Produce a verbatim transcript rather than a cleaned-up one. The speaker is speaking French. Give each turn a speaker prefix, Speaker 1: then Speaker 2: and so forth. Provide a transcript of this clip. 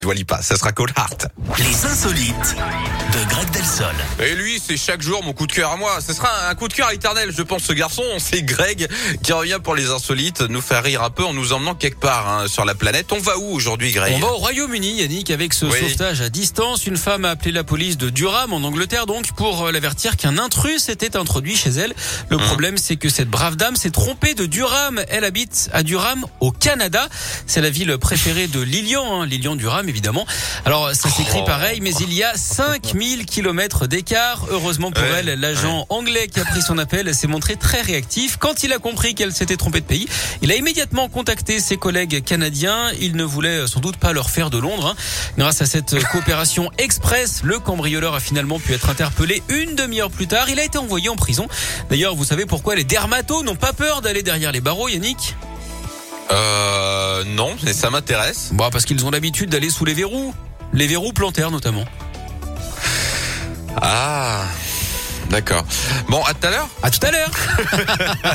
Speaker 1: Dua-Lipa, ça sera Cold Heart.
Speaker 2: Les insolites de Greg Delsol.
Speaker 1: Et lui, c'est chaque jour mon coup de cœur à moi. Ce sera un coup de cœur éternel, je pense, ce garçon. C'est Greg qui revient pour les insolites, nous faire rire un peu en nous emmenant quelque part hein, sur la planète. On va où aujourd'hui, Greg?
Speaker 3: On va au Royaume-Uni, Yannick, avec ce
Speaker 1: Oui.
Speaker 3: sauvetage à distance. Une femme a appelé la police de Durham, en Angleterre, donc, pour l'avertir qu'un intrus s'était introduit chez elle. Le
Speaker 1: Mmh.
Speaker 3: problème, c'est que cette brave dame s'est trompée de Durham. Elle habite à Durham, au Canada. C'est la ville préférée de Lilian, hein, Lilian-Durham, évidemment. Alors, ça s'écrit
Speaker 1: Oh.
Speaker 3: pareil, mais il y a cinq mille kilomètres d'écart. Heureusement pour
Speaker 1: Ouais,
Speaker 3: elle, l'agent anglais qui a pris son appel s'est montré très réactif. Quand il a compris qu'elle s'était trompée de pays, il a immédiatement contacté ses collègues canadiens. Il ne voulait sans doute pas leur faire de Londres. Hein. Grâce à cette coopération express, le cambrioleur a finalement pu être interpellé une demi-heure plus tard. Il a été envoyé en prison. D'ailleurs, vous savez pourquoi les dermatos n'ont pas peur d'aller derrière les barreaux, Yannick?
Speaker 1: Euh, non, mais ça m'intéresse.
Speaker 3: Bon, parce qu'ils ont l'habitude d'aller sous les verrous. Les verrous plantaires, notamment.
Speaker 1: Ah, d'accord. Bon, à tout à l'heure.
Speaker 3: À tout à l'heure.